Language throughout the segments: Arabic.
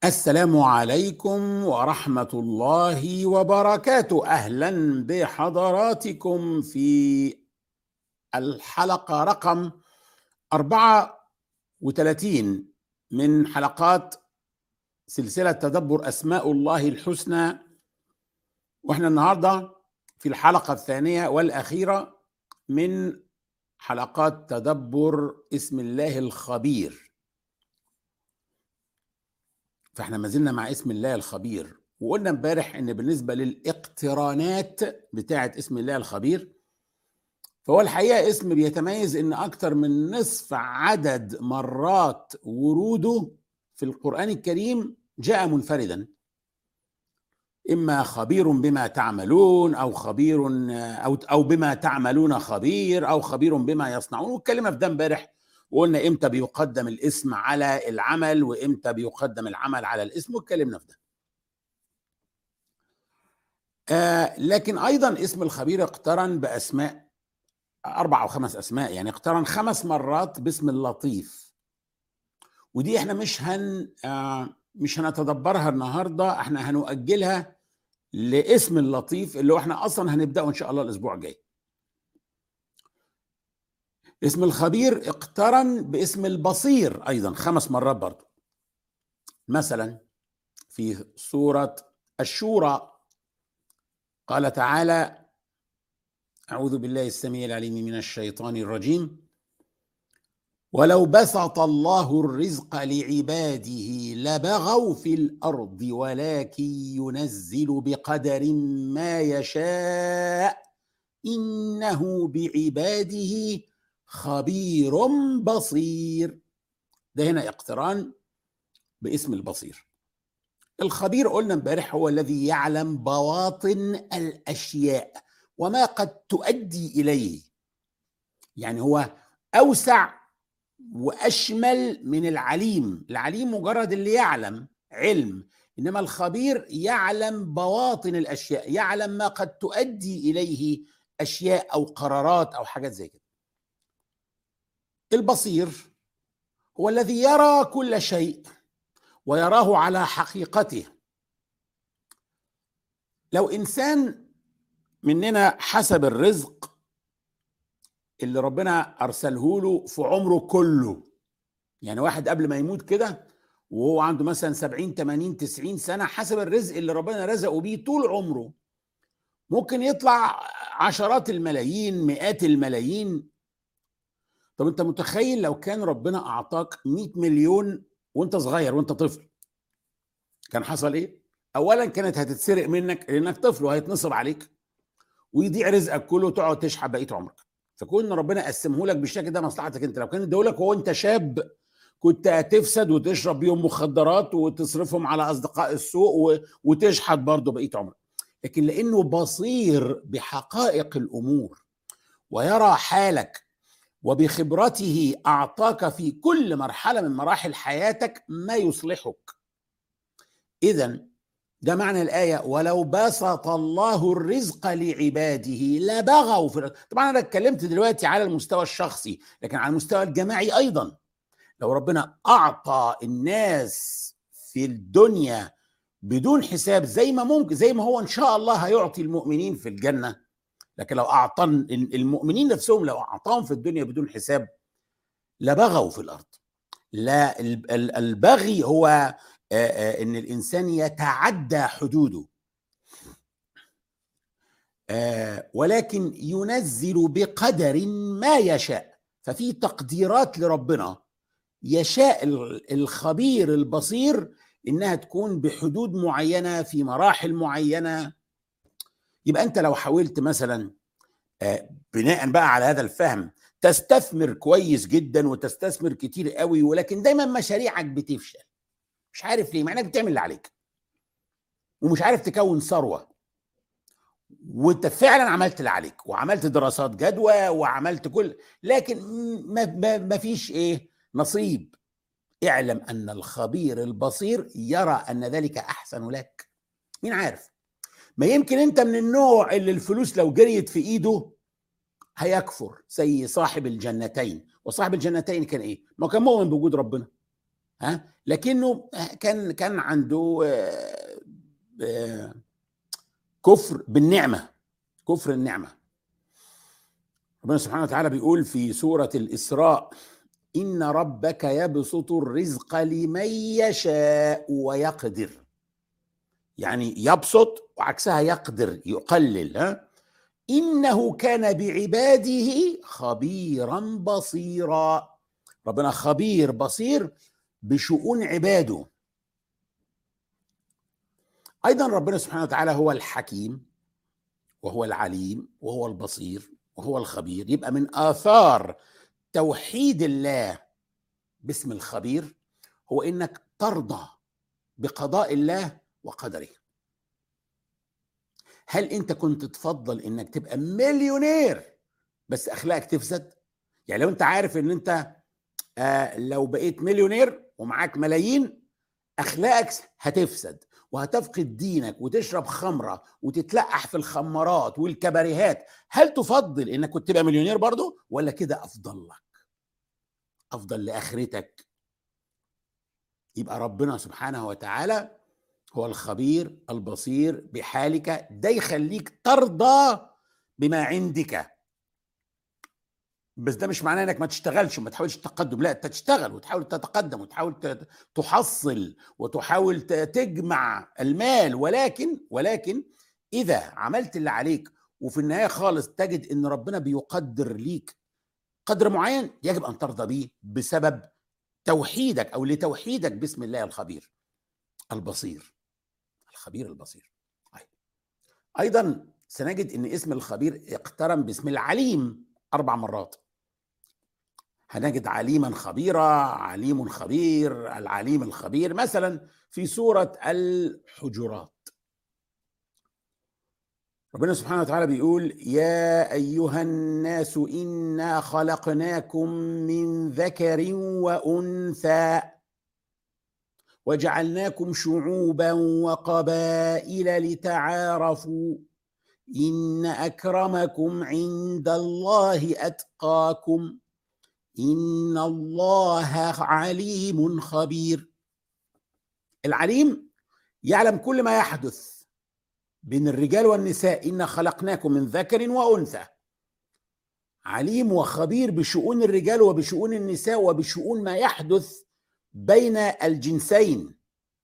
السلام عليكم ورحمة الله وبركاته. أهلا بحضراتكم في الحلقة رقم 34 من حلقات سلسلة تدبر أسماء الله الحسنى، وإحنا النهاردة في الحلقة الثانية والأخيرة من حلقات تدبر اسم الله الخبير. فاحنا ما زلنا مع اسم الله الخبير، وقلنا امبارح ان بالنسبه للاقترانات بتاعه اسم الله الخبير، فهو الحقيقه اسم بيتميز ان اكتر من نصف عدد مرات وروده في القرآن الكريم جاء منفردا، اما خبير بما تعملون او خبير او بما تعملون خبير او خبير بما يصنعون. واتكلمنا في ده امبارح وقلنا امتى بيقدم الاسم على العمل وامتى بيقدم العمل على الاسم، واتكلمنا في ده. لكن ايضا اسم الخبير اقترن باسماء 4 أو 5 اسماء، يعني اقترن 5 مرات باسم اللطيف، ودي احنا مش هنتدبرها النهارده، احنا هنؤجلها لاسم اللطيف اللي هو احنا اصلا هنبداه ان شاء الله الاسبوع الجاي. اسم الخبير اقترن باسم البصير ايضا 5 مرات برضه، مثلا في سورة الشورى قال تعالى: أعوذ بالله السميع العليم من الشيطان الرجيم: ولو بسط الله الرزق لعباده لبغوا في الأرض ولكن ينزل بقدر ما يشاء إنه بعباده خبير بصير. ده هنا اقتران باسم البصير. الخبير قلنا امبارح هو الذي يعلم بواطن الأشياء وما قد تؤدي إليه، يعني هو أوسع وأشمل من العليم. العليم مجرد اللي يعلم علم، إنما الخبير يعلم بواطن الأشياء، يعلم ما قد تؤدي إليه أشياء أو قرارات أو حاجات زي كده. البصير هو الذي يرى كل شيء ويراه على حقيقته. لو إنسان مننا حسب الرزق اللي ربنا أرسله له في عمره كله، يعني واحد قبل ما يموت كده وهو عنده مثلا 70 80 90 سنة، حسب الرزق اللي ربنا رزقه بيه طول عمره ممكن يطلع عشرات الملايين مئات الملايين. طب انت متخيل لو كان ربنا أعطاك 100 مليون وانت صغير وانت طفل، كان حصل ايه؟ اولا كانت هتتسرق منك لانك طفل وهيتنصب عليك ويضيع رزقك كله وتقعد تشحت بقيه عمرك. فكون ربنا قسمه لك بالشكل ده مصلحتك انت. لو كان ادولك وهو انت شاب كنت هتفسد وتشرب بيهم مخدرات وتصرفهم على اصدقاء السوء وتشحت برضه بقيه عمرك. لكن لانه بصير بحقائق الامور ويرى حالك وبخبرته اعطاك في كل مرحله من مراحل حياتك ما يصلحك. اذا ده معنى الآية: ولو بسط الله الرزق لعباده لبغوا في الأرض. طبعا أنا اتكلمت دلوقتي على المستوى الشخصي، لكن على المستوى الجماعي أيضا. لو ربنا أعطى الناس في الدنيا بدون حساب زي ما هو إن شاء الله هيعطي المؤمنين في الجنة، لكن لو أعطى المؤمنين نفسهم، لو أعطاهم في الدنيا بدون حساب لبغوا في الأرض. لا، البغي هو ان الانسان يتعدى حدوده، ولكن ينزل بقدر ما يشاء. ففي تقديرات لربنا يشاء الخبير البصير انها تكون بحدود معينه في مراحل معينه. يبقى انت لو حاولت مثلا بناء بقى على هذا الفهم تستثمر كويس جدا وتستثمر كتير قوي، ولكن دايما مشاريعك بتفشل، مش عارف ليه، مع انك بتعمل اللي عليك ومش عارف تكون ثروه، وانت فعلا عملت اللي عليك وعملت دراسات جدوى وعملت لكن ما فيش نصيب. اعلم ان الخبير البصير يرى ان ذلك احسن لك. مين عارف، ما يمكن انت من النوع اللي الفلوس لو جريت في ايده هيكفر زي صاحب الجنتين. وصاحب الجنتين كان ما كان مؤمن بوجود ربنا، لكنه كان عنده كفر بالنعمة، كفر النعمة. ربنا سبحانه وتعالى بيقول في سورة الإسراء: إن ربك يبسط الرزق لمن يشاء ويقدر. يعني يبسط وعكسها يقدر، يقلل. إنه كان بعباده خبيرا بصيرا. ربنا خبير بصير بشؤون عباده. أيضا ربنا سبحانه وتعالى هو الحكيم وهو العليم وهو البصير وهو الخبير. يبقى من آثار توحيد الله باسم الخبير هو إنك ترضى بقضاء الله وقدره. هل أنت كنت تفضل إنك تبقى مليونير بس أخلاقك تفسد؟ يعني لو أنت عارف إن أنت لو بقيت مليونير ومعاك ملايين أخلاقك هتفسد وهتفقد دينك وتشرب خمرة وتتلقح في الخمارات والكباريهات، هل تفضل إنك كنت تبقى مليونير برضو، ولا كده أفضل لك، أفضل لآخرتك؟ يبقى ربنا سبحانه وتعالى هو الخبير البصير بحالك، ده يخليك ترضى بما عندك. بس ده مش معناه انك ما تشتغلش وما تحاولش التقدم، لا، انت تشتغل وتحاول تتقدم وتحاول تحصل وتحاول تجمع المال، ولكن اذا عملت اللي عليك وفي النهايه خالص تجد ان ربنا بيقدر ليك قدر معين، يجب ان ترضى به بسبب توحيدك او لتوحيدك باسم الله الخبير البصير. الخبير البصير. ايضا سنجد ان اسم الخبير اقترن باسم العليم 4 مرات. هنجد عليما خبيرا، عليم خبير، العليم الخبير، مثلا في سورة الحجرات ربنا سبحانه وتعالى بيقول: يا أيها الناس إنا خلقناكم من ذكر وأنثى وجعلناكم شعوبا وقبائل لتعارفوا إن أكرمكم عند الله أتقاكم إن الله عليم خبير. العليم يعلم كل ما يحدث بين الرجال والنساء. إنا خلقناكم من ذكر وأنثى. عليم وخبير بشؤون الرجال وبشؤون النساء وبشؤون ما يحدث بين الجنسين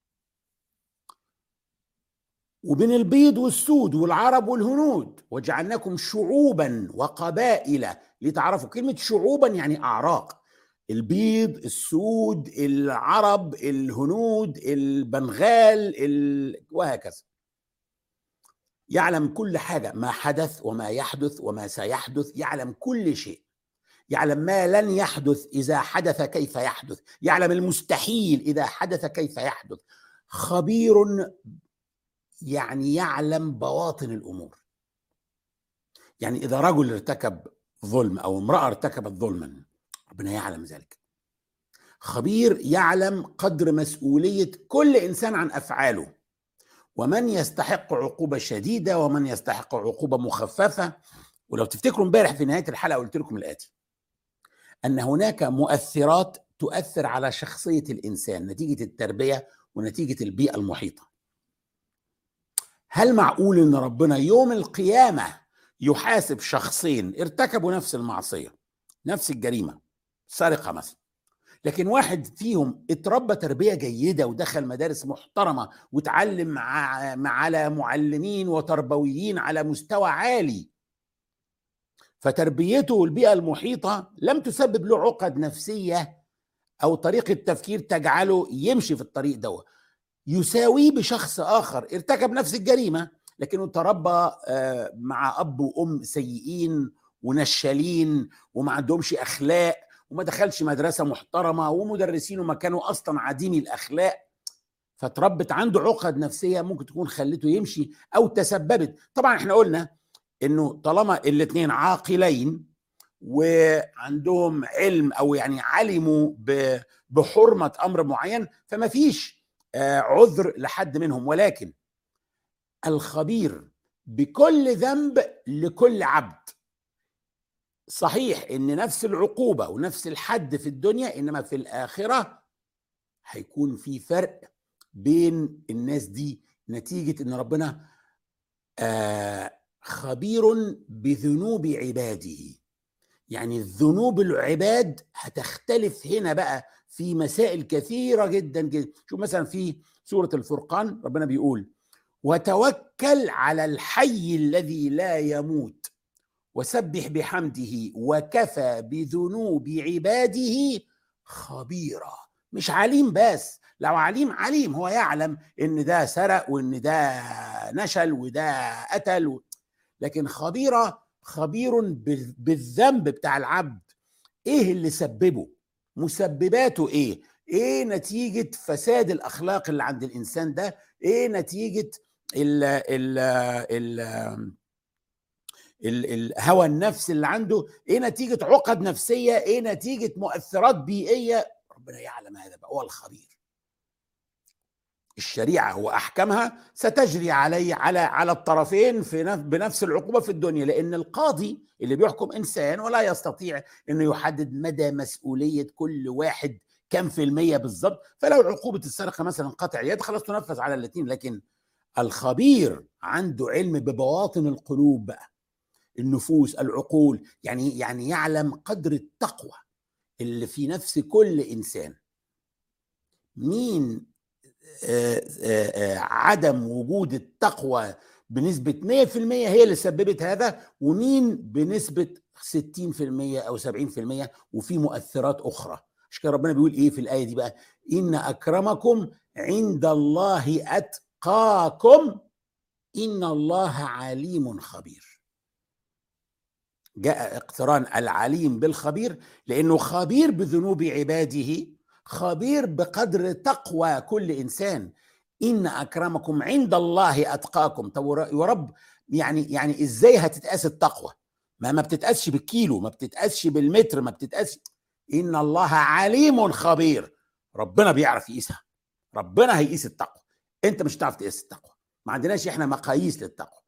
وبين البيض والسود والعرب والهنود. وجعلناكم شعوبا وقبائل لتعرفوا. كلمة شعوبا يعني أعراق، البيض، السود، العرب، الهنود، البنغال، وهكذا. يعلم كل حاجة، ما حدث وما يحدث وما سيحدث، يعلم كل شيء. يعلم ما لن يحدث إذا حدث كيف يحدث، يعلم المستحيل إذا حدث كيف يحدث. خبير يعني يعلم بواطن الأمور. يعني إذا رجل ارتكب ظلم أو امرأة ارتكبت ظلما، ربنا يعلم ذلك. خبير يعلم قدر مسؤولية كل إنسان عن أفعاله، ومن يستحق عقوبة شديدة ومن يستحق عقوبة مخففة. ولو تفتكروا امبارح في نهاية الحلقة قلت لكم الآتي: أن هناك مؤثرات تؤثر على شخصية الإنسان نتيجة التربية ونتيجة البيئة المحيطة. هل معقول أن ربنا يوم القيامة يحاسب شخصين ارتكبوا نفس المعصية، نفس الجريمة، سرقة مثلا، لكن واحد فيهم اتربى تربية جيدة ودخل مدارس محترمة وتعلم على معلمين وتربويين على مستوى عالي، فتربيته والبيئة المحيطة لم تسبب له عقد نفسية أو طريقة تفكير تجعله يمشي في الطريق ده، يساويه بشخص آخر ارتكب نفس الجريمة لكنه تربى مع أب وأم سيئين ونشالين وما عندهمش أخلاق وما دخلش مدرسة محترمة ومدرسينه ما كانوا أصلا عديمي الأخلاق، فتربت عنده عقد نفسية ممكن تكون خلته يمشي أو تسببت. طبعا احنا قلنا إنه طالما الاثنين عاقلين وعندهم علم أو يعني علموا بحرمة أمر معين فما فيش عذر لحد منهم، ولكن الخبير بكل ذنب لكل عبد. صحيح ان نفس العقوبة ونفس الحد في الدنيا، انما في الآخرة هيكون في فرق بين الناس دي نتيجة ان ربنا خبير بذنوب عباده. يعني ذنوب العباد هتختلف هنا بقى في مسائل كثيرة جدا جدا. شوف مثلا في سورة الفرقان ربنا بيقول: وتوكل على الحي الذي لا يموت وسبح بحمده وكفى بذنوب عباده خبيرا. مش عليم بس، لو عليم هو يعلم ان ده سرق وان ده نشل وده قتل، لكن خبير بالذنب بتاع العبد. ايه اللي سببه؟ مسبباته ايه نتيجة فساد الاخلاق اللي عند الانسان ده؟ ايه نتيجة الهوى النفس اللي عنده؟ ايه نتيجة عقد نفسية؟ ايه نتيجة مؤثرات بيئية؟ ربنا يعلم هذا بقى، هو الخبير. الشريعة واحكامها ستجري على الطرفين بنفس العقوبة في الدنيا، لان القاضي اللي بيحكم انسان ولا يستطيع انه يحدد مدى مسؤولية كل واحد كم في المية بالظبط. فلو عقوبة السرقة مثلا قطع اليد خلاص تنفذ على الاثنين، لكن الخبير عنده علم ببواطن القلوب بقى، النفوس، العقول، يعني يعلم قدر التقوى اللي في نفس كل انسان. مين عدم وجود التقوى بنسبة 100% هي اللي سببت هذا، ومين بنسبة 60% أو 70%، وفي مؤثرات أخرى. عشان كده ربنا بيقول إيه في الآية دي بقى: إن أكرمكم عند الله أتقاكم إن الله عليم خبير. جاء اقتران العليم بالخبير لأنه خبير بذنوب عباده، خبير بقدر تقوى كل إنسان. إن أكرمكم عند الله أتقاكم. طب يا رب، يعني إزاي هتتقاس التقوى؟ ما بتتقاسش بالكيلو، ما بتتقاسش بالمتر، ما بتتقاسش. إن الله عليم خبير. ربنا بيعرف يقيسها، ربنا هيقيس التقوى. أنت مش هتعرف تقيس التقوى، ما عندناش إحنا مقاييس للتقوى.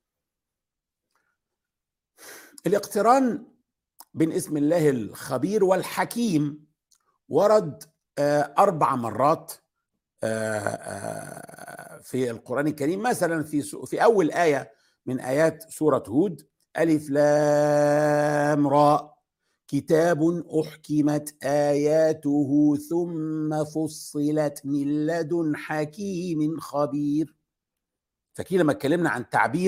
الاقتران بين اسم الله الخبير والحكيم ورد 4 مرات في القرآن الكريم. مثلا في أول آية من آيات سورة هود: ألف لام را كتاب أحكمت آياته ثم فصلت من لدن حكيم خبير. فكي لما اتكلمنا عن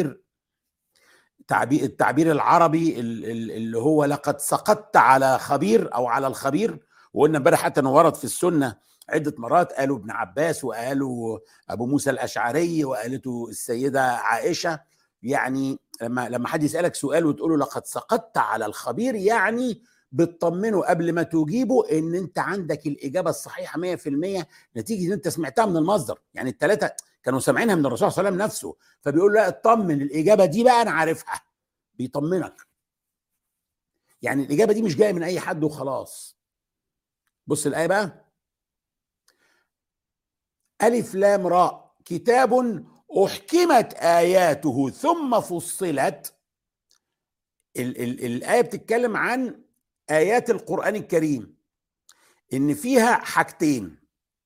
التعبير العربي اللي هو لقد سقطت على خبير او على الخبير، وقلنا امبارح حتى انه ورد في السنه عده مرات، قالوا ابن عباس وقالوا ابو موسى الاشعري وقالته السيده عائشه. يعني لما حد يسالك سؤال وتقول له لقد سقطت على الخبير، يعني بتطمنه قبل ما تجيبه ان انت عندك الاجابه الصحيحه 100%، نتيجه ان انت سمعتها من المصدر. يعني الثلاثه كانوا سامعينها من الرسول صلى الله عليه وسلم نفسه، فبيقول له لا اطمن، الاجابه دي بقى انا عارفها. بيطمنك، يعني الاجابه دي مش جايه من اي حد وخلاص. بص الايه بقى: الف لام راء كتاب احكمت اياته ثم فصلت. الايه بتتكلم عن ايات القران الكريم، ان فيها حاجتين: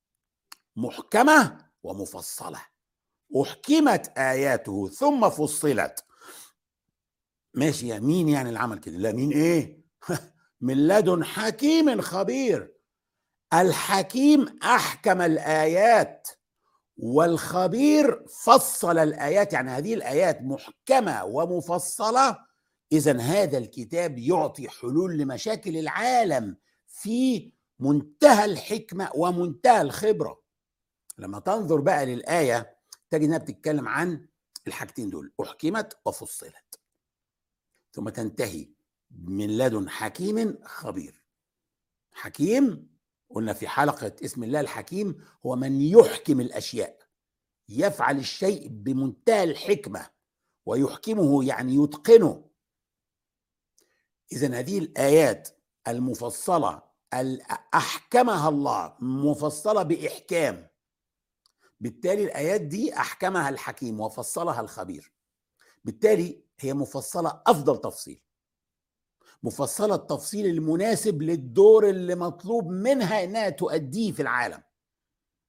محكمه ومفصله. احكمت اياته ثم فصلت. ماشي، يا مين يعني اللي عمل كده؟ لا، مين ايه؟ من لدن حكيم خبير. الحكيم احكم الايات والخبير فصل الايات، يعني هذه الايات محكمه ومفصله. اذا هذا الكتاب يعطي حلول لمشاكل العالم في منتهى الحكمه ومنتهى الخبره. لما تنظر بقى للايه تجد انها بتتكلم عن الحاجتين دول: احكمت وفصلت، ثم تنتهي من لدن حكيم خبير. حكيم قلنا في حلقة اسم الله الحكيم هو من يحكم الأشياء، يفعل الشيء بمنتهى الحكمة ويحكمه، يعني يتقنه. إذن هذه الآيات المفصلة أحكمها الله، مفصلة بإحكام، بالتالي الآيات دي أحكمها الحكيم وفصلها الخبير، بالتالي هي مفصلة أفضل تفصيل، مفصلة التفصيل المناسب للدور اللي مطلوب منها انها تؤديه في العالم.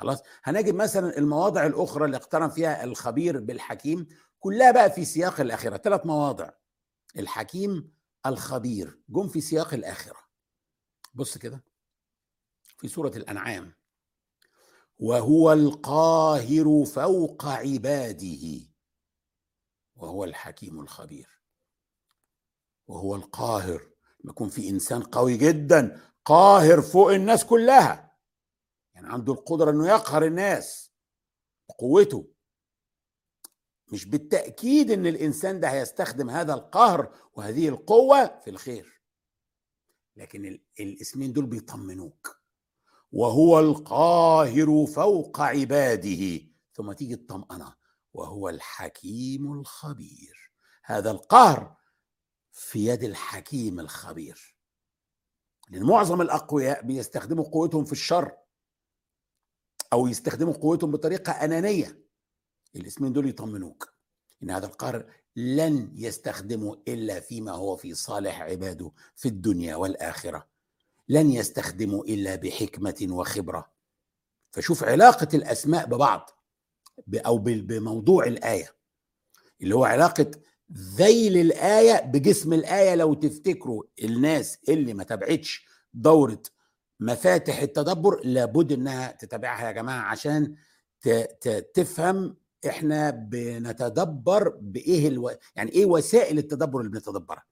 خلاص. هنجد مثلا المواضع الاخرى اللي اقترن فيها الخبير بالحكيم كلها بقى في سياق الاخره. 3 مواضع الحكيم الخبير جم في سياق الاخره. بص كده في سوره الانعام: وهو القاهر فوق عباده وهو الحكيم الخبير. وهو القاهر، يكون في انسان قوي جدا قاهر فوق الناس كلها، يعني عنده القدره انه يقهر الناس بقوته. مش بالتاكيد ان الانسان ده هيستخدم هذا القهر وهذه القوه في الخير، لكن الاسمين دول بيطمنوك. وهو القاهر فوق عباده، ثم تيجي الطمأنة: وهو الحكيم الخبير. هذا القهر في يد الحكيم الخبير، لأن معظم الأقوياء بيستخدموا قوتهم في الشر أو يستخدموا قوتهم بطريقة أنانية. الاسمين دول يطمنوك إن هذا القهر لن يستخدمه إلا فيما هو في صالح عباده في الدنيا والآخرة، لن يستخدمه إلا بحكمة وخبرة. فشوف علاقة الأسماء ببعض أو بموضوع الآية، اللي هو علاقة ذيل الآية بجسم الآية. لو تفتكروا الناس اللي ما تابعتش دورة مفاتح التدبر لابد انها تتابعها يا جماعة عشان تفهم احنا بنتدبر بايه يعني ايه وسائل التدبر اللي بنتدبرها.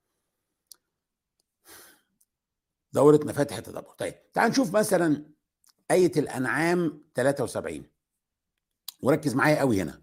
دورة مفاتح التدبر. طيب تعال نشوف مثلا آية الأنعام 73 وركز معايا قوي هنا: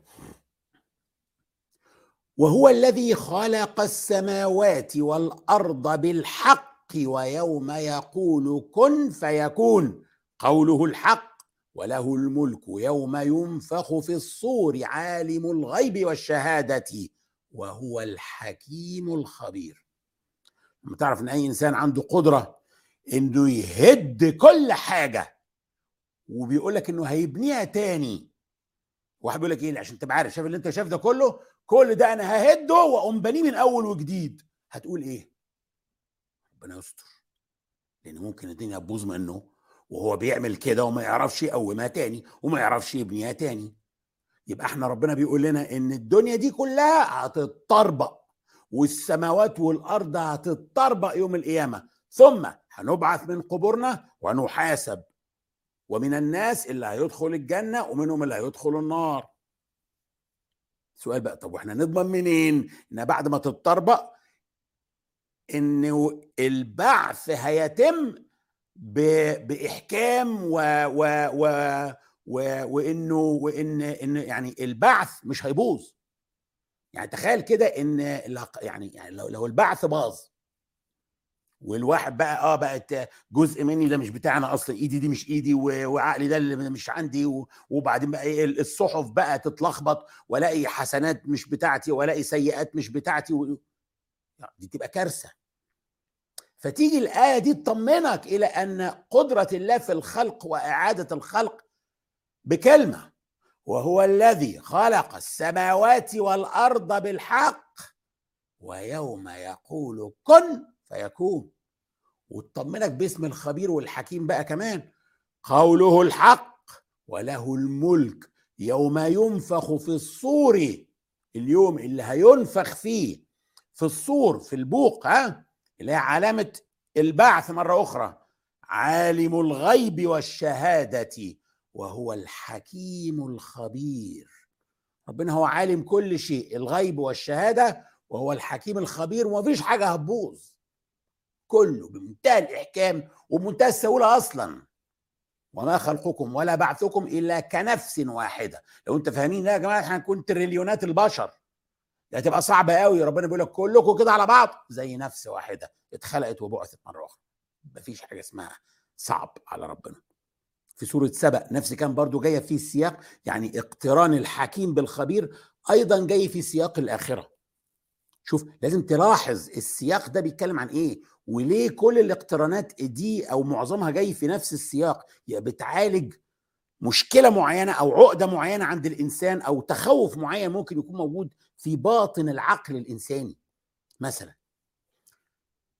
وهو الذي خلق السماوات والأرض بالحق ويوم يقول كن فيكون قوله الحق وله الملك يوم ينفخ في الصور عالم الغيب والشهادة وهو الحكيم الخبير. لما تعرف ان اي انسان عنده قدرة انه يهد كل حاجة وبيقول لك انه هيبنيها تاني، واحد بيقول لك ايه عشان تبقى عارف، شايف اللي انت شايف ده كله، كل ده انا ههده واقوم بنيه من اول وجديد، هتقول ايه؟ ربنا يستر، لان ممكن الدنيا تبوظ منه وهو بيعمل كده وما يعرفش يقومها تاني وما يعرفش يبنيها تاني. يبقى احنا ربنا بيقول لنا ان الدنيا دي كلها هتتطربق والسماوات والارض هتتطربق يوم القيامه، ثم هنبعث من قبورنا ونحاسب، ومن الناس اللي هيدخل الجنه ومنهم اللي هيدخل النار. سؤال بقى: طب واحنا نضمن منين ان بعد ما تتطربق ان البعث هيتم باحكام وان يعني البعث مش هيبوظ؟ يعني تخيل كده ان يعني لو البعث باظ والواحد بقى بقت جزء مني ده مش بتاعنا اصلا، ايدي دي مش ايدي وعقلي ده اللي مش عندي، وبعدين بقى ايه الصحف بقى تتلخبط والاقي حسنات مش بتاعتي والاقي سيئات مش بتاعتي دي تبقى كارثه. فتيجي الايه دي تطمنك الى ان قدره الله في الخلق واعاده الخلق بكلمه: وهو الذي خلق السماوات والارض بالحق ويوم يقول كن فيكون. وتطمنك باسم الخبير والحكيم بقى كمان: قوله الحق وله الملك يوم ينفخ في الصور، اليوم اللي هينفخ فيه في الصور في البوق، اللي هي علامة البعث مرة أخرى، عالم الغيب والشهادة وهو الحكيم الخبير. ربنا هو عالم كل شيء، الغيب والشهادة، وهو الحكيم الخبير، ومفيش حاجة هتبوظ، كله بمنتهى الإحكام وبمنتهى السهولة أصلا. وما خلقكم ولا بعثكم إلا كنفس واحدة. لو أنت فاهمين ده يا جماعة احنا هنكون تريليونات البشر، ده هتبقى صعبة قوي. ربنا بيقول لك كلكم كده على بعض زي نفس واحدة اتخلقت وبعثت مرة أخرى. مفيش حاجة اسمها صعب على ربنا. في سورة سبأ نفس كان برضو جاية في السياق، يعني اقتران الحكيم بالخبير أيضا جاي في سياق الآخرة. شوف لازم تلاحظ السياق ده بيتكلم عن ايه وليه كل الاقترانات دي او معظمها جاي في نفس السياق، يعني بتعالج مشكلة معينة او عقدة معينة عند الانسان او تخوف معين ممكن يكون موجود في باطن العقل الانساني. مثلا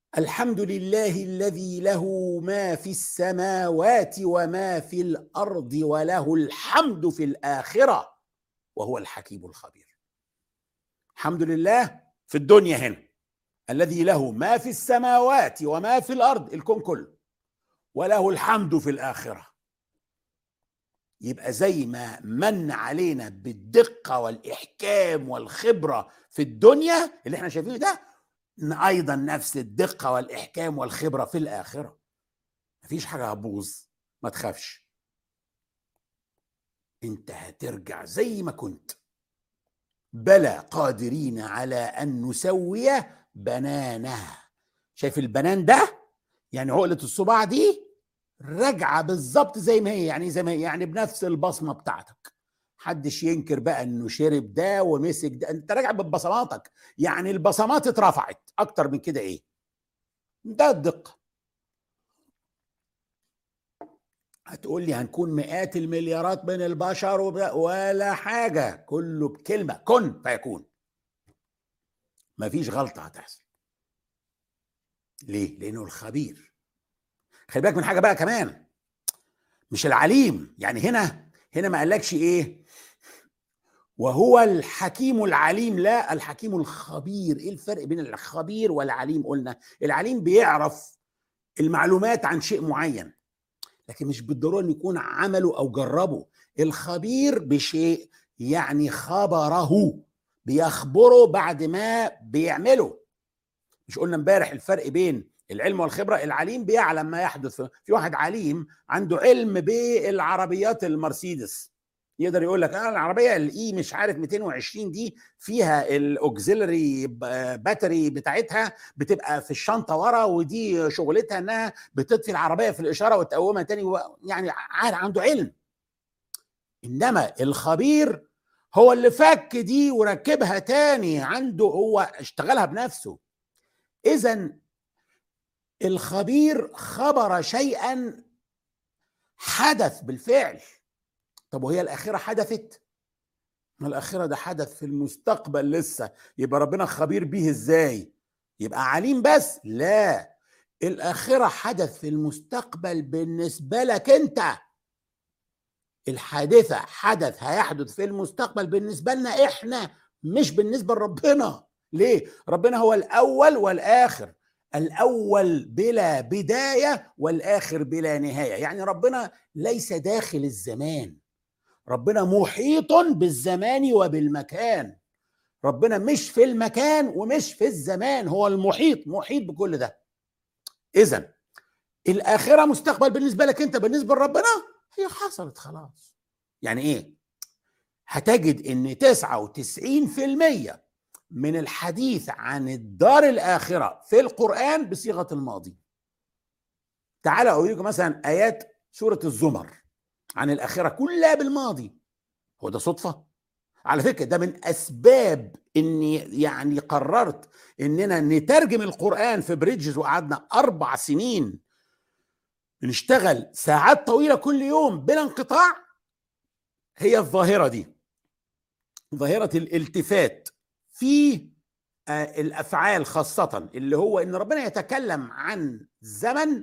الحمد لله الذي له ما في السماوات وما في الأرض وله الحمد في الآخرة وهو الحكيم الخبير. الحمد لله في الدنيا هنا، الذي له ما في السماوات وما في الأرض، الكون كله، وله الحمد في الآخرة. يبقى زي ما من علينا بالدقة والإحكام والخبرة في الدنيا اللي احنا شايفينه ده، أيضا نفس الدقة والإحكام والخبرة في الآخرة. مفيش حاجة هتبوظ، ما تخافش، انت هترجع زي ما كنت. بلى قادرين على أن نسوي بنانها. شايف البنان ده؟ يعني عقلة الصباع دي راجعة بالظبط زي ما هي، يعني زي ما هي، يعني بنفس البصمة بتاعتك. محدش ينكر بقى انه شرب ده ومسك ده، انت راجع ببصماتك، يعني البصمات اترفعت. اكتر من كده ايه؟ ده الدقة. هتقول لي هنكون مئات المليارات من البشر ولا حاجة، كله بكلمة كن فيكون. مفيش غلطة هتحصل. ليه؟ لأنه الخبير. خلي بالك من حاجة بقى كمان، مش العليم. يعني هنا ما قالكش ايه وهو الحكيم العليم، لا، الحكيم الخبير. ايه الفرق بين الخبير والعليم؟ قلنا العليم بيعرف المعلومات عن شيء معين، لكن مش بالضرورة ان يكون عمله او جربه. الخبير بشيء يعني خبره، بيخبره بعد ما بيعمله. مش قلنا امبارح الفرق بين العلم والخبرة؟ العليم بيعلم ما يحدث. في واحد عليم عنده علم بالعربيات المرسيدس، يقدر يقول لك العربيه الاي مش عارف 220 دي فيها الاوكسيلري باتري بتاعتها بتبقى في الشنطه ورا، ودي شغلتها انها بتطفي العربيه في الاشاره وتقومها تاني، يعني عنده علم. انما الخبير هو اللي فك دي وركبها تاني، عنده، هو اشتغلها بنفسه. اذا الخبير خبر شيئا حدث بالفعل. طب وهي الآخرة حدثت؟ ما الآخرة ده حدث في المستقبل لسه، يبقى ربنا خبير بيه ازاي؟ يبقى عليم بس؟ لا، الآخرة حدث في المستقبل بالنسبة لك انت. الحادثة حدث هيحدث في المستقبل بالنسبة لنا احنا، مش بالنسبة لربنا. ليه؟ ربنا هو الأول والآخر، الأول بلا بداية والآخر بلا نهاية. يعني ربنا ليس داخل الزمان، ربنا محيط بالزمان وبالمكان. ربنا مش في المكان ومش في الزمان، هو المحيط، محيط بكل ده. إذن الآخرة مستقبل بالنسبة لك أنت، بالنسبة لربنا هي حصلت خلاص. يعني إيه؟ هتجد إن 99% من الحديث عن الدار الآخرة في القرآن بصيغة الماضي. تعالى أوريكم مثلا آيات سورة الزمر عن الآخرة كلها بالماضي. هو ده صدفة؟ على فكرة ده من أسباب إني يعني قررت إننا نترجم القرآن في بريدجز، وقعدنا 4 سنين نشتغل ساعات طويلة كل يوم بلا انقطاع. هي الظاهرة دي، ظاهرة الالتفات في الأفعال، خاصة اللي هو إن ربنا يتكلم عن زمن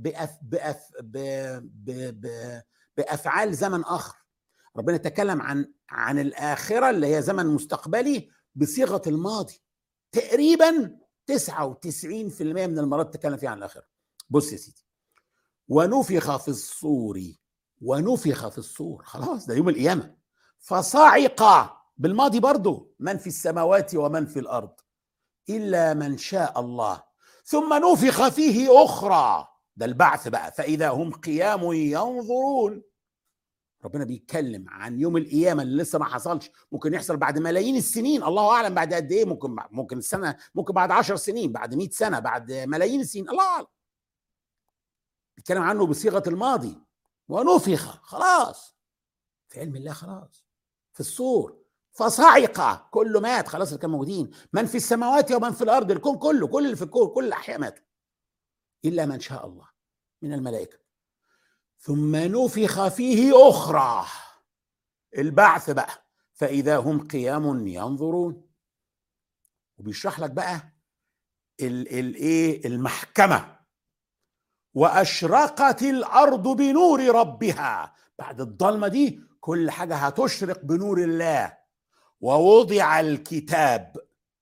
بأفعال زمن آخر. ربنا يتكلم عن الآخرة اللي هي زمن مستقبلي بصيغة الماضي. تقريبا 99% من المرات تتكلم فيها عن الآخرة. بص يا سيدي، ونفخ في الصور، ونفخ في الصور، خلاص ده يوم القيامة. فصعق بالماضي برضو من في السماوات ومن في الأرض إلا من شاء الله ثم نفخ فيه أخرى، ده البعث بقى، فإذا هم قيام ينظرون. ربنا بيتكلم عن يوم القيامة اللي لسه ما حصلش، ممكن يحصل بعد ملايين السنين، الله أعلم بعد قد إيه، ممكن السنة، ممكن بعد 10 سنين، بعد 100 سنة، بعد ملايين السنين، الله أعلم. بيتكلم عنه بصيغة الماضي. ونفخ، خلاص، في علم الله خلاص، في الصور. فصعق، كله مات خلاص اللي كانوا موجودين، من في السماوات ومن في الأرض، الكون كله، كل اللي في الكون، كل الأحياء ماتوا إلا من شاء الله من الملائكة. ثم نفخ فيه أخرى، البعث بقى، فإذا هم قيام ينظرون. وبيشرح لك بقى المحكمة. وأشرقت الأرض بنور ربها، بعد الضلمة دي كل حاجة هتشرق بنور الله. ووضع الكتاب،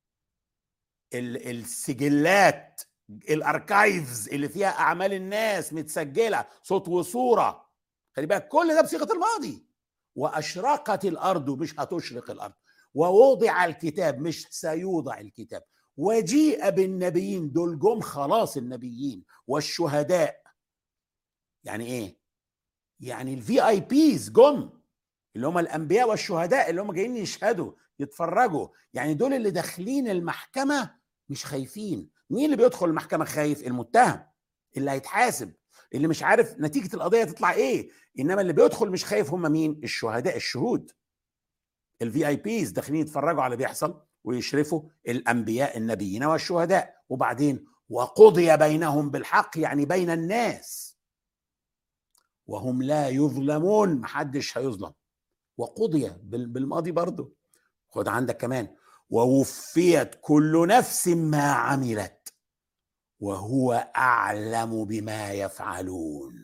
السجلات، الاركايفز اللي فيها أعمال الناس متسجلة صوت وصورة، خلي بالك كل ده بصيغة الماضي. وأشرقت الأرض، مش هتشرق الأرض. ووضع الكتاب، مش سيوضع الكتاب. وجيء بالنبيين، دول جم خلاص النبيين، والشهداء. يعني ايه؟ يعني الفي اي بيز جم، اللي هم الانبياء والشهداء اللي هم جايين يشهدوا يتفرجوا. يعني دول اللي داخلين المحكمة مش خايفين. مين اللي بيدخل المحكمة خايف؟ المتهم اللي هيتحاسب، اللي مش عارف نتيجة القضية تطلع ايه. انما اللي بيدخل مش خايف هم مين؟ الشهداء، الشهود، الفي اي بيز داخلين يتفرجوا على اللي بيحصل ويشرفوا الانبياء النبيين والشهداء. وبعدين وقضي بينهم بالحق، يعني بين الناس، وهم لا يظلمون، محدش هيظلم. وقضي بالماضي برضو. خد عندك كمان ووفيت كل نفس ما عملت وهو أعلم بما يفعلون.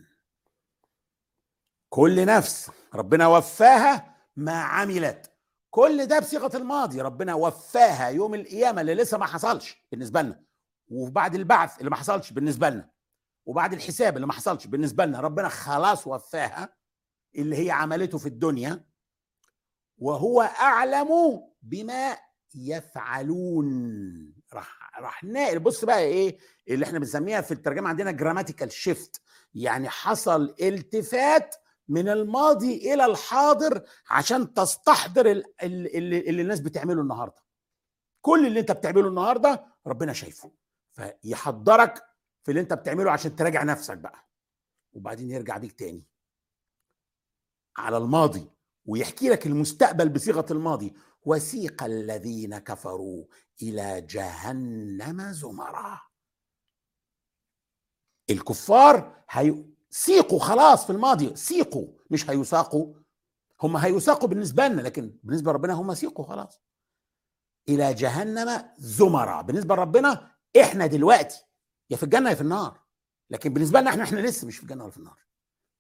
كل نفس ربنا وفاها ما عملت. كل ده بصيغة الماضي، ربنا وفاها يوم القيامة اللي لسه ما حصلش بالنسبة لنا، وبعد البعث اللي ما حصلش بالنسبة لنا، وبعد الحساب اللي ما حصلش بالنسبة لنا. ربنا خلاص وفاها اللي هي عملته في الدنيا، وهو أعلم بما يفعلون. راح ناقل. بص بقى ايه اللي احنا بنسميها في الترجمة عندنا جراماتيكال شيفت، يعني حصل التفات من الماضي إلى الحاضر عشان تستحضر اللي الناس بتعمله النهاردة. كل اللي انت بتعمله النهاردة ربنا شايفه، فيحضرك في اللي انت بتعمله عشان تراجع نفسك بقى، وبعدين يرجع بيك تاني على الماضي ويحكي لك المستقبل بصيغة الماضي. وسيق الذين كفروا إلى جهنم زمرا. الكفار هيسيقوا خلاص في الماضي، سيقوا مش هيساقوا. هم هيساقوا بالنسبة لنا، لكن بالنسبة لربنا هم سيقوا خلاص. إلى جهنم زمرا، بالنسبة لربنا إحنا دلوقتي يا في الجنة يا في النار، لكن بالنسبة لنا إحنا لسه مش في الجنة ولا في النار.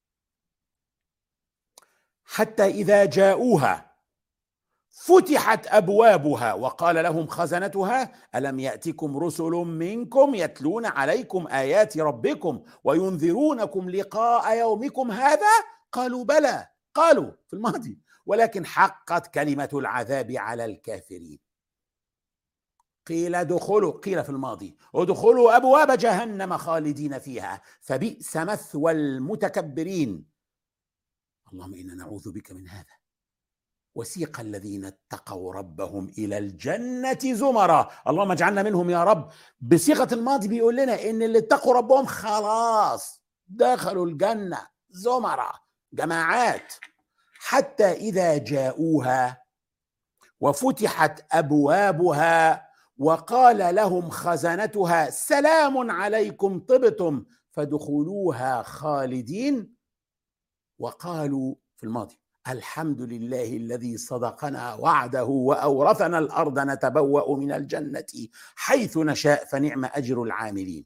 حتى إذا جاءوها فتحت أبوابها وقال لهم خزنتها ألم يأتكم رسل منكم يتلون عليكم آيات ربكم وينذرونكم لقاء يومكم هذا؟ قالوا بلى، قالوا في الماضي، ولكن حقت كلمة العذاب على الكافرين. قيل ادخلوا، قيل في الماضي ادخلوا أبواب جهنم خالدين فيها فبئس مثوى المتكبرين. اللهم إنا نعوذ بك من هذا. وسيق الذين اتقوا ربهم إلى الجنة زمرا، اللهم اجعلنا منهم يا رب. بصيغة الماضي بيقول لنا إن اللي اتقوا ربهم خلاص دخلوا الجنة زمرا، جماعات. حتى إذا جاءوها وفتحت أبوابها وقال لهم خزنتها سلام عليكم طبتم فادخلوها خالدين. وقالوا في الماضي الحمد لله الذي صدقنا وعده وأورثنا الأرض نتبوأ من الجنة حيث نشاء فنعم أجر العاملين.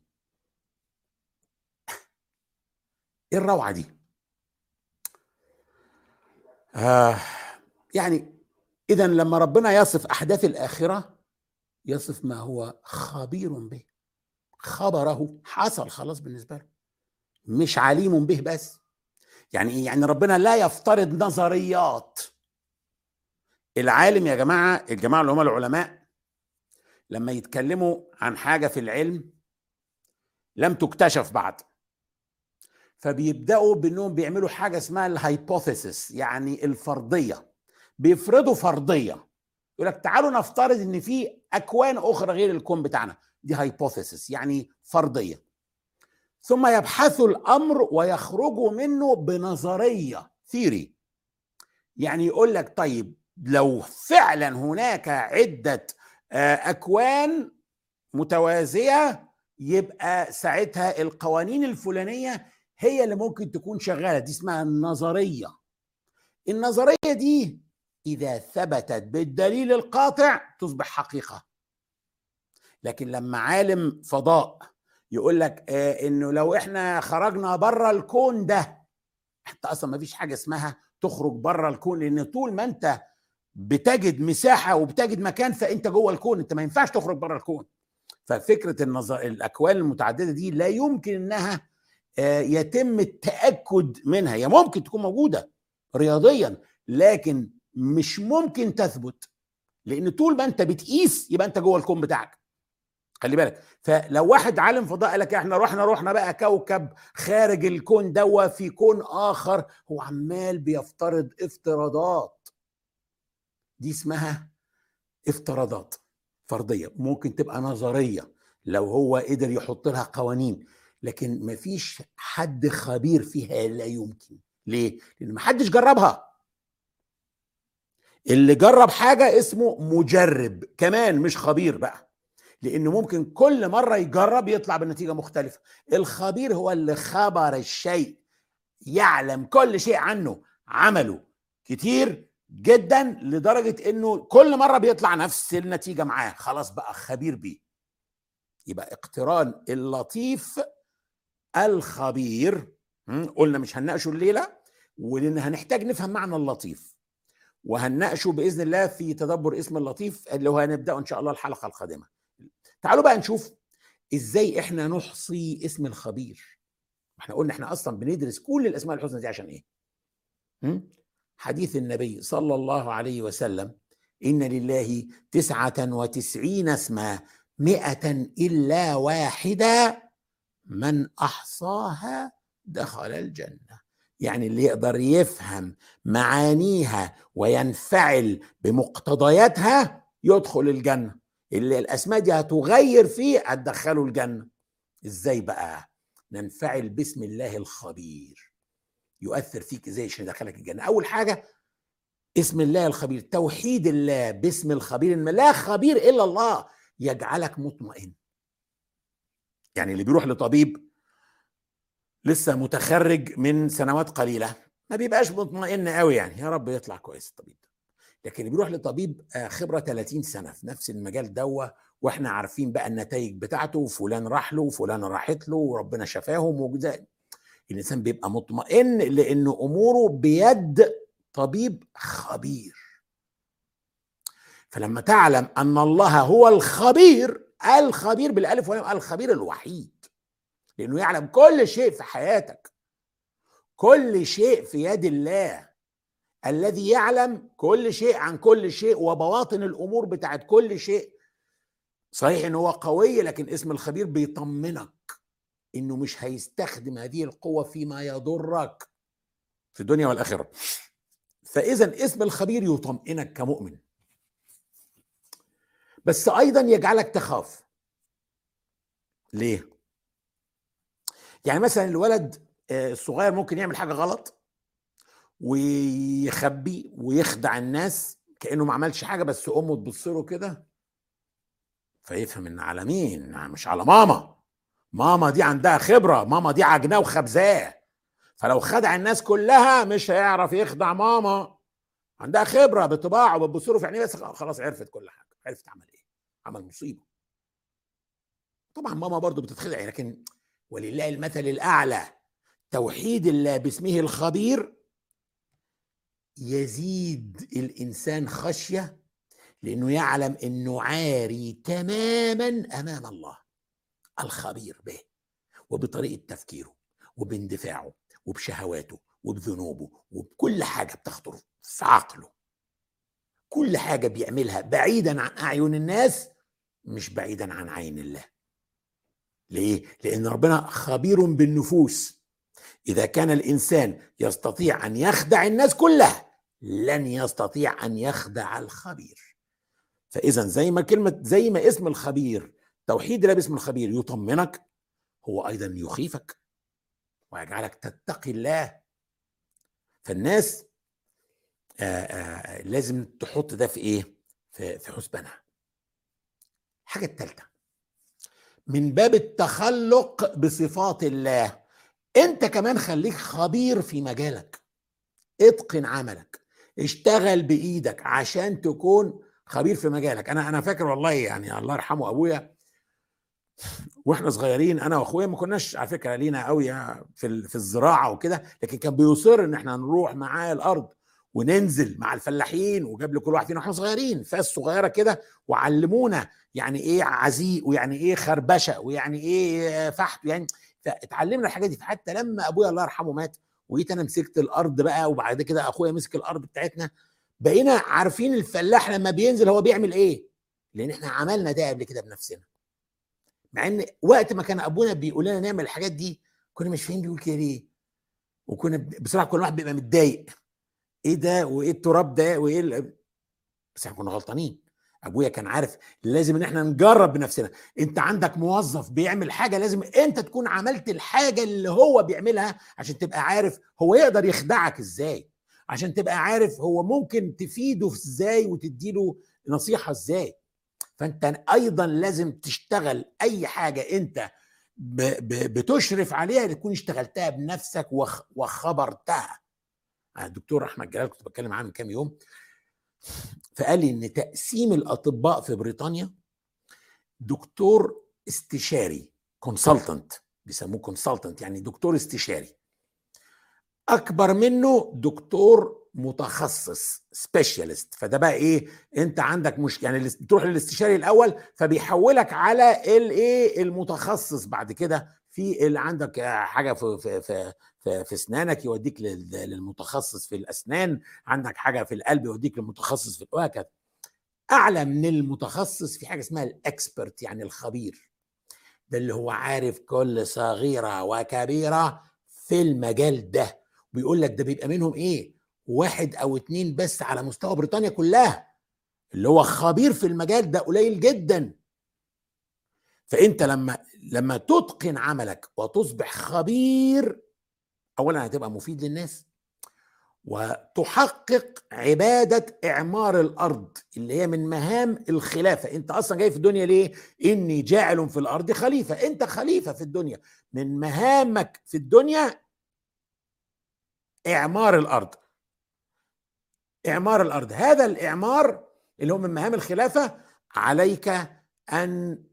إيه الروعة دي؟ يعني إذا لما ربنا يصف أحداث الآخرة يصف ما هو خبير به، خبره حصل خلاص بالنسبة له، مش عليم به بس. يعني إيه؟ يعني ربنا لا يفترض نظريات. العالم يا جماعة، الجماعة اللي هم العلماء لما يتكلموا عن حاجة في العلم لم تكتشف بعد، فبيبدأوا بأنهم بيعملوا حاجة اسمها الهايبوثيسيس، يعني الفرضية. بيفرضوا فرضية، يقول لك تعالوا نفترض ان في أكوان أخرى غير الكون بتاعنا، دي هايبوثيسيس يعني فرضية. ثم يبحثوا الأمر ويخرجوا منه بنظرية، ثيري. يعني يقول لك طيب لو فعلا هناك عدة أكوان متوازية يبقى ساعتها القوانين الفلانية هي اللي ممكن تكون شغالة، دي اسمها النظرية. النظرية دي إذا ثبتت بالدليل القاطع تصبح حقيقة. لكن لما عالم فضاء يقول لك انه لو احنا خرجنا بره الكون ده، حتى اصلا ما فيش حاجه اسمها تخرج بره الكون، لان طول ما انت بتجد مساحه وبتجد مكان فانت جوه الكون، انت ما ينفعش تخرج بره الكون. ففكره الاكوان المتعدده دي لا يمكن انها يتم التاكد منها. هي ممكن تكون موجوده رياضيا لكن مش ممكن تثبت، لان طول ما انت بتقيس يبقى انت جوه الكون بتاعك. خلي بالك. فلو واحد عالم فضاء قال لك احنا رحنا بقى كوكب خارج الكون دوا في كون اخر، هو عمال بيفترض افتراضات، دي اسمها افتراضات فرضيه، ممكن تبقى نظريه لو هو قدر يحط لها قوانين، لكن مفيش حد خبير فيها، لا يمكن. ليه؟ لان محدش جربها. اللي جرب حاجه اسمه مجرب، كمان مش خبير بقى، لانه ممكن كل مره يجرب يطلع بنتيجه مختلفه. الخبير هو اللي خبر الشيء، يعلم كل شيء عنه، عمله كتير جدا لدرجه انه كل مره بيطلع نفس النتيجه معاه، خلاص بقى خبير بيه. يبقى اقتران اللطيف الخبير. قلنا مش هنناقشه الليله، ولان هنحتاج نفهم معنى اللطيف، وهنناقشه باذن الله في تدبر اسم اللطيف اللي هو هنبداه ان شاء الله الحلقه القادمه. تعالوا بقى نشوف ازاي احنا نحصي اسم الخبير. احنا قلنا احنا اصلا بندرس كل الاسماء الحسنى دي عشان ايه؟ حديث النبي صلى الله عليه وسلم: إن لله 99 اسما 100 إلا واحدة من أحصاها دخل الجنة. يعني اللي يقدر يفهم معانيها وينفعل بمقتضياتها يدخل الجنة. اللي الأسماء دي هتغير فيه هتدخله الجنة. إزاي بقى ننفعل باسم الله الخبير يؤثر فيك ازاي عشان يدخلك الجنه؟ اول حاجه اسم الله الخبير، توحيد الله باسم الخبير، ان لا خبير الا الله، يجعلك مطمئن. يعني اللي بيروح لطبيب لسه متخرج من سنوات قليله ما بيبقاش مطمئن قوي، يعني يا رب يطلع كويس الطبيب ده. لكن اللي بيروح لطبيب خبره 30 سنه في نفس المجال دوا، واحنا عارفين بقى النتائج بتاعته، وفلان راح له وفلان راحت له وربنا شفاهم وجزاء، الانسان بيبقى مطمئن لان اموره بيد طبيب خبير. فلما تعلم ان الله هو الخبير، الخبير بالالف واللام، الخبير الوحيد، لانه يعلم كل شيء في حياتك، كل شيء في يد الله الذي يعلم كل شيء عن كل شيء وبواطن الامور بتاعت كل شيء. صحيح ان هو قوي، لكن اسم الخبير بيطمنك انه مش هيستخدم هذه القوة فيما يضرك في الدنيا والآخرة. فإذا اسم الخبير يطمئنك كمؤمن، بس أيضا يجعلك تخاف. ليه؟ يعني مثلا الولد الصغير ممكن يعمل حاجة غلط ويخبي ويخدع الناس كأنه ما عملش حاجة، بس أمه تبص له كده فيفهم إن على مين، مش على ماما. ماما دي عندها خبرة، ماما دي عجناه وخبزاه، فلو خدع الناس كلها مش هيعرف يخدع ماما، عندها خبره بطباعه وبتبص له في عينيه بس خلاص عرفت كل حاجه، عرفت عمل ايه، عمل مصيبه. طبعا ماما برضو بتتخدع، لكن ولله المثل الاعلى. توحيد الله باسمه الخبير يزيد الانسان خشيه، لانه يعلم انه عاري تماما امام الله الخبير به، وبطريقه تفكيره وباندفاعه وبشهواته وبذنوبه وبكل حاجه بتخطر في عقله. كل حاجة بيعملها بعيدا عن أعين الناس مش بعيدا عن عين الله. ليه؟ لأن ربنا خبير بالنفوس. إذا كان الإنسان يستطيع أن يخدع الناس كلها لن يستطيع أن يخدع الخبير. فإذا زي ما اسم الخبير، توحيد الله باسم الخبير يطمنك، هو أيضا يخيفك ويجعلك تتقي الله. فالناس لازم تحط ده في ايه؟ في حسبانها. حاجة الثالثة من باب التخلق بصفات الله، انت كمان خليك خبير في مجالك، اتقن عملك، اشتغل بايدك عشان تكون خبير في مجالك. انا فاكر والله، يعني الله يرحمه ابويا واحنا صغيرين انا واخويا ما كناش على فكره لينا قوي في الزراعه وكده، لكن كان بيصر ان احنا نروح معاه الارض وننزل مع الفلاحين، وجاب لكل واحد فينا واحنا صغيرين فاس صغيره كده، وعلمونا يعني ايه عزيق ويعني ايه خربشه ويعني ايه فحت يعني. فاتعلمنا الحاجات دي. فحتى لما ابويا الله يرحمه مات وجيت انا مسكت الارض بقى، وبعد كده اخويا مسك الارض بتاعتنا، بقينا عارفين الفلاح لما بينزل هو بيعمل ايه، لان احنا عملنا ده قبل كده بنفسنا. مع ان وقت ما كان ابونا بيقول لنا نعمل الحاجات دي كنا مش فاهمين بيقول كده ليه، وكنا بصراحه كل واحد بيبقى متضايق، ايه ده وايه التراب ده وايه بس احنا كنا غلطانين. ابويا كان عارف لازم ان احنا نجرب بنفسنا. انت عندك موظف بيعمل حاجه، لازم انت تكون عملت الحاجه اللي هو بيعملها عشان تبقى عارف هو يقدر يخدعك ازاي، عشان تبقى عارف هو ممكن تفيده ازاي وتديله نصيحه ازاي. فانت ايضا لازم تشتغل اي حاجه انت بتشرف عليها تكون اشتغلتها بنفسك وخبرتها. الدكتور احمد جلال كنت بتكلم معاه من كام يوم، فقال لي ان تقسيم الاطباء في بريطانيا دكتور استشاري، كونسلتنت، بيسموه كونسلتنت يعني دكتور استشاري، اكبر منه دكتور متخصص سبيشالست. فده بقى ايه، انت عندك مش يعني تروح للاستشاري الاول فبيحولك على الايه المتخصص بعد كده، في اللي عندك حاجه في اسنانك يوديك للمتخصص في الاسنان، عندك حاجه في القلب يوديك للمتخصص في وهكذا. اعلى من المتخصص في حاجه اسمها الاكسبرت يعني الخبير، ده اللي هو عارف كل صغيره وكبيره في المجال ده. بيقول لك ده بيبقى منهم ايه 1 أو 2 بس على مستوى بريطانيا كلها، اللي هو خبير في المجال ده قليل جدا. فانت لما تتقن عملك وتصبح خبير، اولا هتبقى مفيد للناس، وتحقق عبادة إعمار الأرض اللي هي من مهام الخلافة. أنت أصلا جاي في الدنيا ليه؟ إني جاعل في الأرض خليفة. أنت خليفة في الدنيا، من مهامك في الدنيا إعمار الأرض. إعمار الأرض، هذا الإعمار اللي هو من مهام الخلافة، عليك أن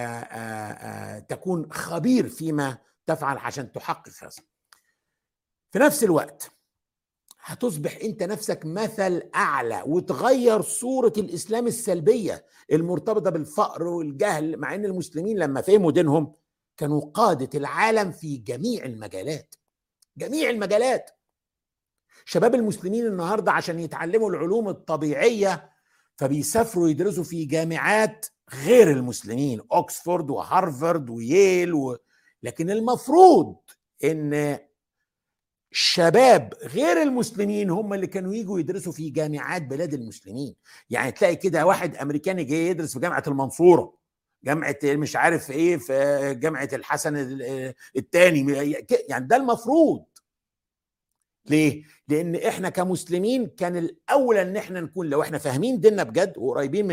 تكون خبير فيما تفعل عشان تحقق هذا. في نفس الوقت هتصبح انت نفسك مثل اعلى وتغير صورة الاسلام السلبية المرتبطة بالفقر والجهل، مع ان المسلمين لما فهموا دينهم كانوا قادة العالم في جميع المجالات. جميع المجالات. شباب المسلمين النهاردة عشان يتعلموا العلوم الطبيعية فبيسافروا يدرسوا في جامعات غير المسلمين، اوكسفورد وهارفارد وييل لكن المفروض ان الشباب غير المسلمين هم اللي كانوا يجوا يدرسوا في جامعات بلاد المسلمين. يعني تلاقي كده واحد امريكاني جاي يدرس في جامعة المنصورة، جامعة مش عارف ايه، في جامعة الحسن الثاني، يعني ده المفروض. ليه؟ لان احنا كمسلمين كان الاولى ان احنا نكون، لو احنا فاهمين ديننا بجد وقريبين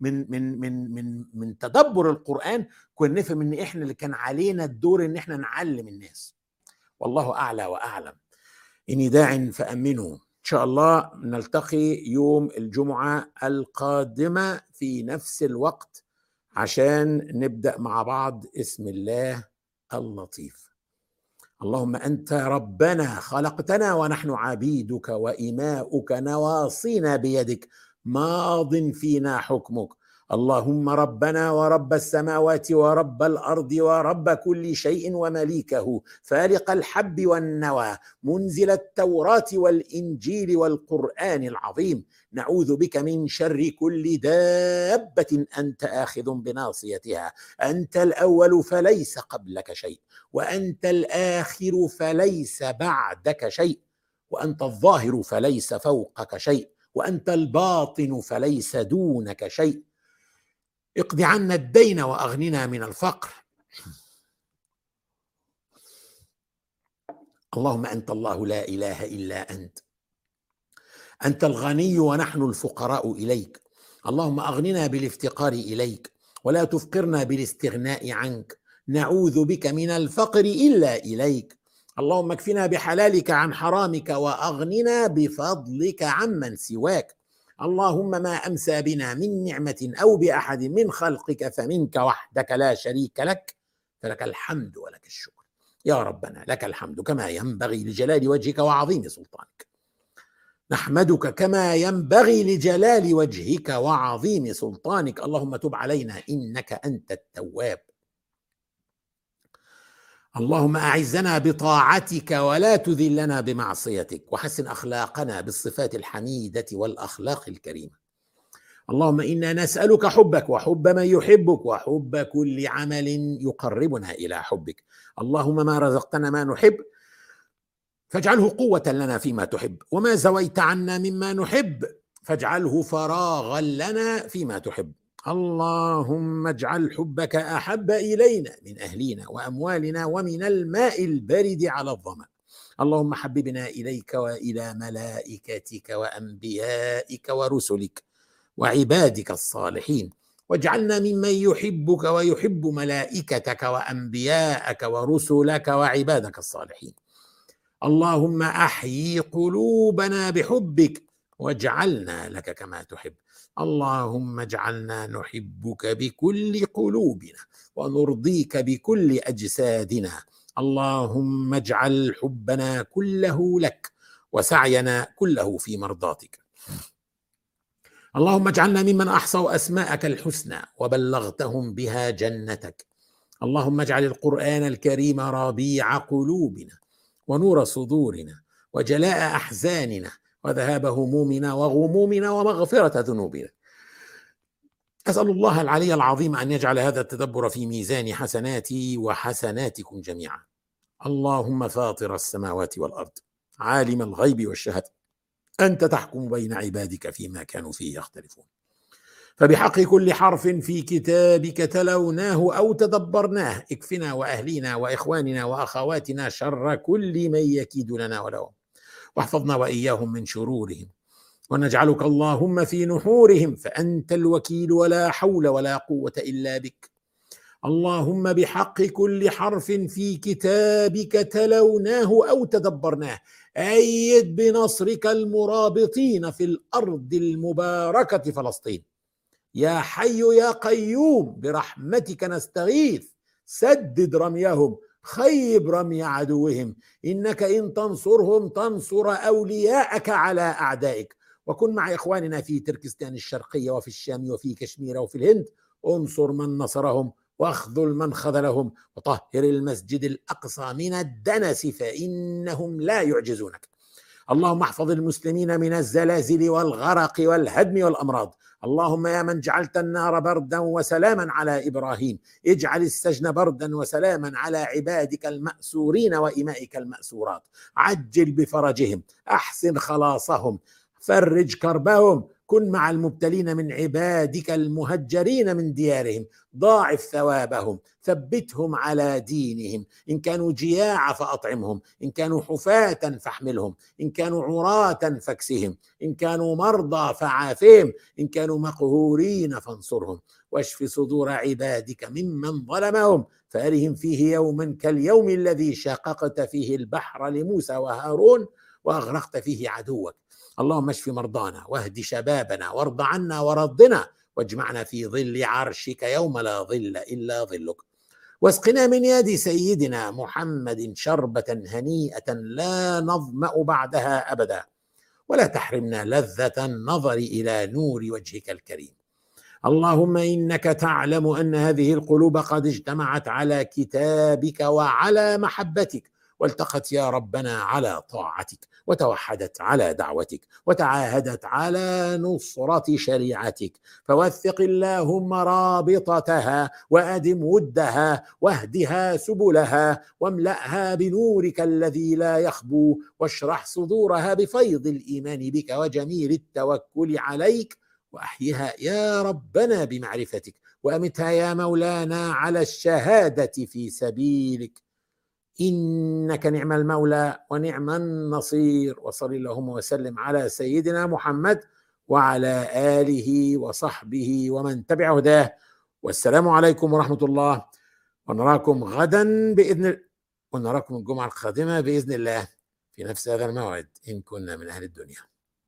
من تدبر القرآن، كنا نفهم ان احنا اللي كان علينا الدور ان احنا نعلم الناس. والله اعلى واعلم. إني داع فأمنوا. إن شاء الله نلتقي يوم الجمعة القادمة في نفس الوقت عشان نبدأ مع بعض. اسم الله اللطيف. اللهم أنت ربنا خلقتنا ونحن عبيدك وإماؤك نواصينا بيدك ماض فينا حكمك. اللهم ربنا ورب السماوات ورب الأرض ورب كل شيء ومليكه، فالق الحب والنوى، منزل التوراة والإنجيل والقرآن العظيم، نعوذ بك من شر كل دابة أنت آخذ بناصيتها. أنت الأول فليس قبلك شيء، وأنت الآخر فليس بعدك شيء، وأنت الظاهر فليس فوقك شيء، وأنت الباطن فليس دونك شيء. اقض عنا الدين وأغننا من الفقر. اللهم أنت الله لا إله إلا أنت، أنت الغني ونحن الفقراء إليك. اللهم أغننا بالافتقار إليك ولا تفقرنا بالاستغناء عنك. نعوذ بك من الفقر إلا إليك. اللهم اكفنا بحلالك عن حرامك وأغننا بفضلك عمن سواك. اللهم ما أمسى بنا من نعمة أو بأحد من خلقك فمنك وحدك لا شريك لك، فلك الحمد ولك الشكر. يا ربنا لك الحمد كما ينبغي لجلال وجهك وعظيم سلطانك. نحمدك كما ينبغي لجلال وجهك وعظيم سلطانك. اللهم تب علينا إنك أنت التواب. اللهم أعزنا بطاعتك ولا تذلنا بمعصيتك، وحسن أخلاقنا بالصفات الحميدة والأخلاق الكريمة. اللهم إنا نسألك حبك وحب من يحبك وحب كل عمل يقربنا إلى حبك. اللهم ما رزقتنا ما نحب فاجعله قوة لنا فيما تحب، وما زويت عنا مما نحب فاجعله فراغا لنا فيما تحب. اللهم اجعل حبك أحب إلينا من أهلنا وأموالنا ومن الماء البارد على الظمأ. اللهم حببنا إليك وإلى ملائكتك وأنبيائك ورسلك وعبادك الصالحين، واجعلنا ممن يحبك ويحب ملائكتك وأنبياءك ورسلك وعبادك الصالحين. اللهم أحيي قلوبنا بحبك واجعلنا لك كما تحب. اللهم اجعلنا نحبك بكل قلوبنا ونرضيك بكل أجسادنا. اللهم اجعل حبنا كله لك وسعينا كله في مرضاتك. اللهم اجعلنا ممن أحصوا أسماءك الحسنى وبلغتهم بها جنتك. اللهم اجعل القرآن الكريم ربيع قلوبنا ونور صدورنا وجلاء أحزاننا وذهاب همومنا وغمومنا ومغفرة ذنوبنا. أسأل الله العلي العظيم أن يجعل هذا التدبر في ميزان حسناتي وحسناتكم جميعا. اللهم فاطر السماوات والأرض عالم الغيب والشهادة، أنت تحكم بين عبادك فيما كانوا فيه يختلفون، فبحق كل حرف في كتابك تلوناه أو تدبرناه اكفنا وأهلينا وإخواننا وأخواتنا شر كل من يكيد لنا ولهم، واحفظنا وإياهم من شرورهم، ونجعلك اللهم في نحورهم فأنت الوكيل ولا حول ولا قوة إلا بك. اللهم بحق كل حرف في كتابك تلوناه أو تدبرناه أيد بنصرك المرابطين في الأرض المباركة فلسطين. يا حي يا قيوم برحمتك نستغيث، سدد رميهم، خيب رمي عدوهم، إنك إن تنصرهم تنصر أولياءك على أعدائك. وكن مع إخواننا في تركستان الشرقية وفي الشام وفي كشمير وفي الهند، انصر من نصرهم واخذل من خذلهم، وطهر المسجد الأقصى من الدنس فإنهم لا يعجزونك. اللهم احفظ المسلمين من الزلازل والغرق والهدم والأمراض. اللهم يا من جعلت النار بردا وسلاما على إبراهيم، اجعل السجن بردا وسلاما على عبادك المأسورين وإمائك المأسورات. عجل بفرجهم، أحسن خلاصهم، فرج كربهم، كن مع المبتلين من عبادك المهجرين من ديارهم، ضاعف ثوابهم، ثبتهم على دينهم. إن كانوا جياع فأطعمهم، إن كانوا حفاة فاحملهم، إن كانوا عراة فاكسهم، إن كانوا مرضى فعافهم، إن كانوا مقهورين فانصرهم. واشف صدور عبادك ممن ظلمهم فأرهم فيه يوما كاليوم الذي شققت فيه البحر لموسى وهارون وأغرقت فيه عدوك. اللهم اشف مرضانا واهد شبابنا وارض عنا ورضنا، واجمعنا في ظل عرشك يوم لا ظل إلا ظلك. واسقنا من يد سيدنا محمد شربة هنيئة لا نظمأ بعدها أبدا، ولا تحرمنا لذة النظر إلى نور وجهك الكريم. اللهم إنك تعلم أن هذه القلوب قد اجتمعت على كتابك وعلى محبتك، والتقت يا ربنا على طاعتك، وتوحدت على دعوتك، وتعاهدت على نصرة شريعتك. فوثق اللهم رابطتها وأدم ودها واهدها سبلها واملأها بنورك الذي لا يخبو، واشرح صدورها بفيض الإيمان بك وجميل التوكل عليك، وأحيها يا ربنا بمعرفتك، وأمتها يا مولانا على الشهادة في سبيلك، إنك نعم المولى ونعم النصير. وصل اللهم وسلم على سيدنا محمد وعلى آله وصحبه ومن تبع هداه، والسلام عليكم ورحمة الله. ونراكم غدا ونراكم الجمعة القادمة بإذن الله في نفس هذا الموعد إن كنا من أهل الدنيا.